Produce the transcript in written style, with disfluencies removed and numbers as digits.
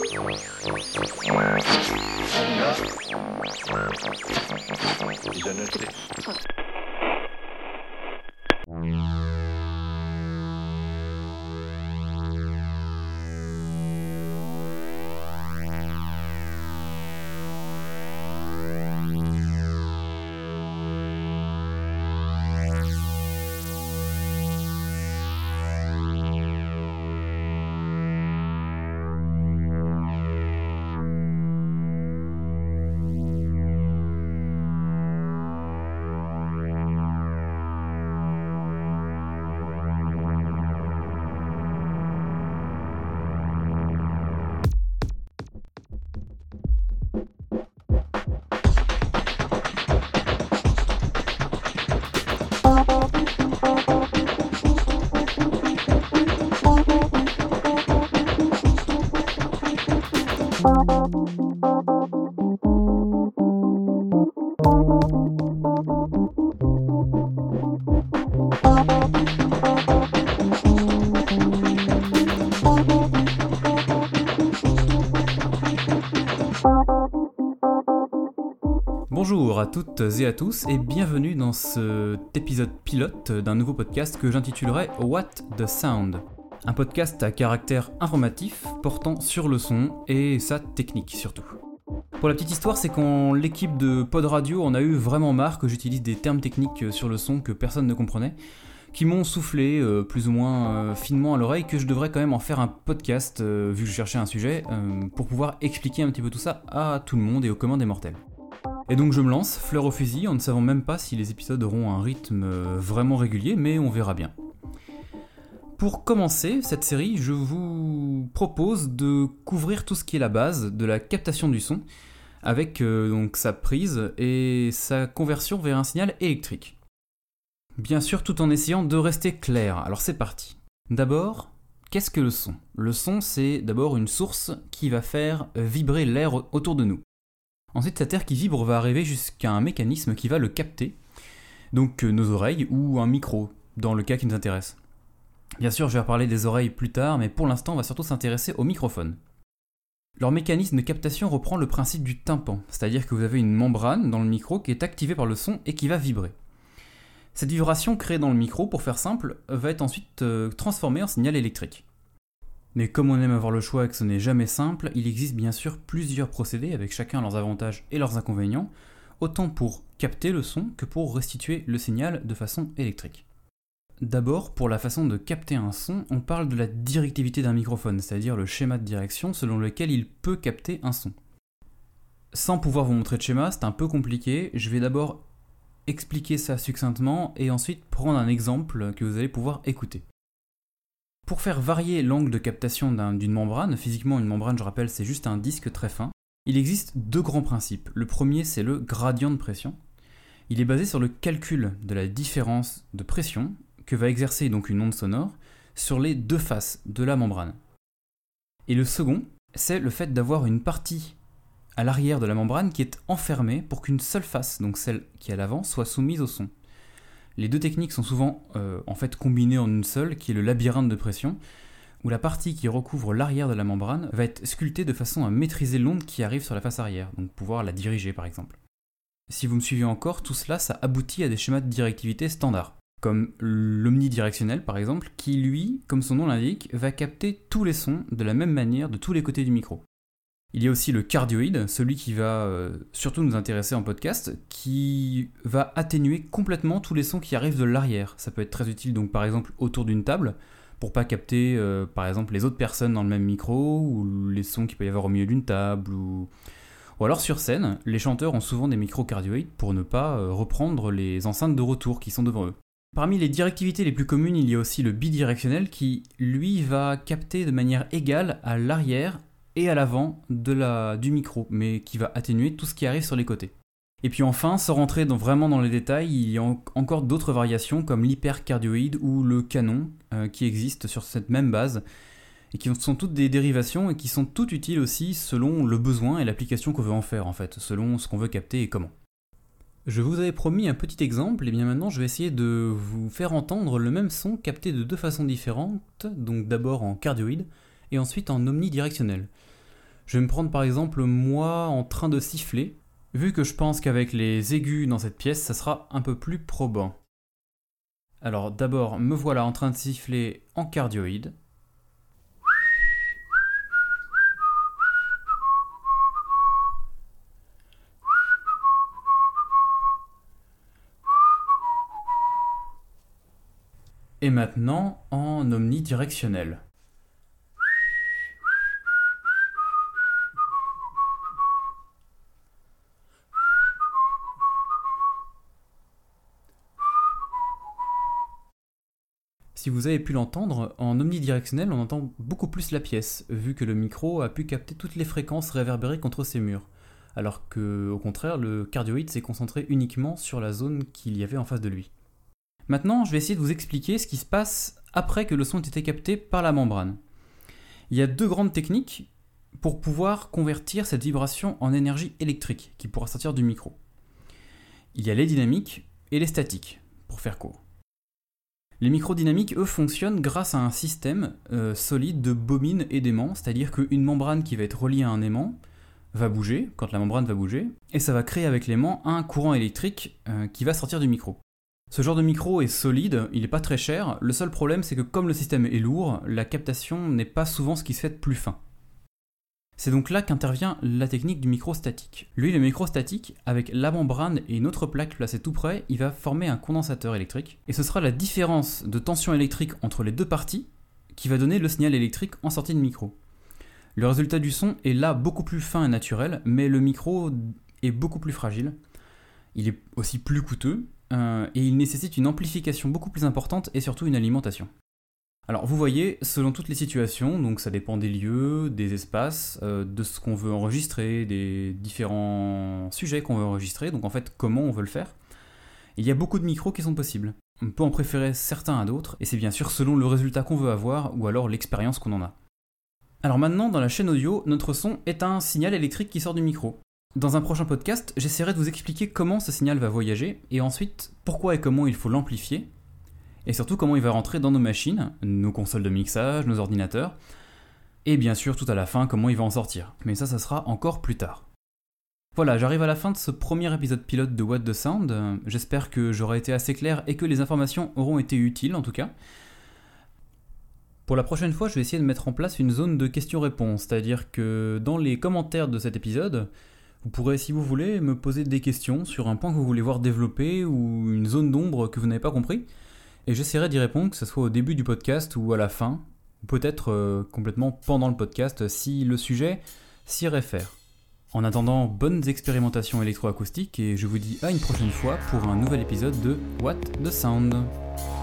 Bien noté. Bonjour à toutes et à tous et bienvenue dans cet épisode pilote d'un nouveau podcast que j'intitulerai What the Sound. Un podcast à caractère informatif portant sur le son et sa technique surtout. Pour la petite histoire, c'est quand l'équipe de Pod Radio en a eu vraiment marre que j'utilise des termes techniques sur le son que personne ne comprenait, qui m'ont soufflé plus ou moins finement à l'oreille que je devrais quand même en faire un podcast vu que je cherchais un sujet pour pouvoir expliquer un petit peu tout ça à tout le monde et aux commun des mortels. Et donc je me lance, fleur au fusil, en ne savant même pas si les épisodes auront un rythme vraiment régulier, mais on verra bien. Pour commencer cette série, je vous propose de couvrir tout ce qui est la base de la captation du son, avec donc sa prise et sa conversion vers un signal électrique. Bien sûr, tout en essayant de rester clair. Alors c'est parti. D'abord, qu'est-ce que le son ? Le son, c'est d'abord une source qui va faire vibrer l'air autour de nous. Ensuite, cet air qui vibre va arriver jusqu'à un mécanisme qui va le capter, donc nos oreilles ou un micro, dans le cas qui nous intéresse. Bien sûr, je vais reparler des oreilles plus tard, mais pour l'instant, on va surtout s'intéresser au microphone. Leur mécanisme de captation reprend le principe du tympan, c'est-à-dire que vous avez une membrane dans le micro qui est activée par le son et qui va vibrer. Cette vibration créée dans le micro, pour faire simple, va être ensuite transformée en signal électrique. Mais comme on aime avoir le choix et que ce n'est jamais simple, il existe bien sûr plusieurs procédés avec chacun leurs avantages et leurs inconvénients, autant pour capter le son que pour restituer le signal de façon électrique. D'abord, pour la façon de capter un son, on parle de la directivité d'un microphone, c'est-à-dire le schéma de direction selon lequel il peut capter un son. Sans pouvoir vous montrer de schéma, c'est un peu compliqué, je vais d'abord expliquer ça succinctement et ensuite prendre un exemple que vous allez pouvoir écouter. Pour faire varier l'angle de captation d'une membrane, physiquement une membrane, je rappelle, c'est juste un disque très fin, il existe deux grands principes. Le premier, c'est le gradient de pression. Il est basé sur le calcul de la différence de pression que va exercer donc une onde sonore sur les deux faces de la membrane. Et le second, c'est le fait d'avoir une partie à l'arrière de la membrane qui est enfermée pour qu'une seule face, donc celle qui est à l'avant, soit soumise au son. Les deux techniques sont souvent en fait combinées en une seule, qui est le labyrinthe de pression, où la partie qui recouvre l'arrière de la membrane va être sculptée de façon à maîtriser l'onde qui arrive sur la face arrière, donc pouvoir la diriger par exemple. Si vous me suivez encore, tout cela, ça aboutit à des schémas de directivité standards, comme l'omnidirectionnel par exemple, qui lui, comme son nom l'indique, va capter tous les sons de la même manière de tous les côtés du micro. Il y a aussi le cardioïde, celui qui va surtout nous intéresser en podcast, qui va atténuer complètement tous les sons qui arrivent de l'arrière. Ça peut être très utile donc par exemple autour d'une table, pour pas capter par exemple les autres personnes dans le même micro, ou les sons qu'il peut y avoir au milieu d'une table, ou alors sur scène, les chanteurs ont souvent des micros cardioïdes pour ne pas reprendre les enceintes de retour qui sont devant eux. Parmi les directivités les plus communes, il y a aussi le bidirectionnel qui, lui, va capter de manière égale à l'arrière et à l'avant du micro, mais qui va atténuer tout ce qui arrive sur les côtés. Et puis enfin, sans rentrer vraiment dans les détails, il y a encore d'autres variations comme l'hypercardioïde ou le canon qui existent sur cette même base et qui sont toutes des dérivations et qui sont toutes utiles aussi selon le besoin et l'application qu'on veut en faire en fait, selon ce qu'on veut capter et comment. Je vous avais promis un petit exemple, et bien maintenant je vais essayer de vous faire entendre le même son capté de deux façons différentes, donc d'abord en cardioïde et ensuite en omnidirectionnel. Je vais me prendre par exemple moi en train de siffler, vu que je pense qu'avec les aigus dans cette pièce, ça sera un peu plus probant. Alors d'abord, me voilà en train de siffler en cardioïde. Et maintenant en omnidirectionnel. Si vous avez pu l'entendre, en omnidirectionnel on entend beaucoup plus la pièce, vu que le micro a pu capter toutes les fréquences réverbérées contre ces murs. Alors que, au contraire, le cardioïde s'est concentré uniquement sur la zone qu'il y avait en face de lui. Maintenant, je vais essayer de vous expliquer ce qui se passe après que le son ait été capté par la membrane. Il y a 2 grandes techniques pour pouvoir convertir cette vibration en énergie électrique qui pourra sortir du micro. Il y a les dynamiques et les statiques, pour faire court. Les microdynamiques, eux, fonctionnent grâce à un système solide de bobines et d'aimants, c'est-à-dire qu'une membrane qui va être reliée à un aimant va bouger, quand la membrane va bouger, et ça va créer avec l'aimant un courant électrique qui va sortir du micro. Ce genre de micro est solide, il n'est pas très cher, le seul problème c'est que comme le système est lourd, la captation n'est pas souvent ce qui se fait de plus fin. C'est donc là qu'intervient la technique du micro statique. Lui, le micro statique, avec la membrane et une autre plaque placée tout près, il va former un condensateur électrique, et ce sera la différence de tension électrique entre les 2 parties qui va donner le signal électrique en sortie de micro. Le résultat du son est là beaucoup plus fin et naturel, mais le micro est beaucoup plus fragile, il est aussi plus coûteux, et il nécessite une amplification beaucoup plus importante et surtout une alimentation. Alors vous voyez, selon toutes les situations, donc ça dépend des lieux, des espaces, de ce qu'on veut enregistrer, des différents sujets qu'on veut enregistrer, donc en fait comment on veut le faire, il y a beaucoup de micros qui sont possibles. On peut en préférer certains à d'autres, et c'est bien sûr selon le résultat qu'on veut avoir ou alors l'expérience qu'on en a. Alors maintenant, dans la chaîne audio, notre son est un signal électrique qui sort du micro. Dans un prochain podcast, j'essaierai de vous expliquer comment ce signal va voyager, et ensuite pourquoi et comment il faut l'amplifier, et surtout comment il va rentrer dans nos machines, nos consoles de mixage, nos ordinateurs, et bien sûr tout à la fin comment il va en sortir. Mais ça sera encore plus tard. Voilà, j'arrive à la fin de ce premier épisode pilote de What the Sound. J'espère que j'aurai été assez clair et que les informations auront été utiles en tout cas. Pour la prochaine fois, je vais essayer de mettre en place une zone de questions-réponses, c'est-à-dire que dans les commentaires de cet épisode, vous pourrez, si vous voulez, me poser des questions sur un point que vous voulez voir développé ou une zone d'ombre que vous n'avez pas compris. Et j'essaierai d'y répondre, que ce soit au début du podcast ou à la fin, ou peut-être complètement pendant le podcast, si le sujet s'y réfère. En attendant, bonnes expérimentations électroacoustiques, et je vous dis à une prochaine fois pour un nouvel épisode de What the Sound.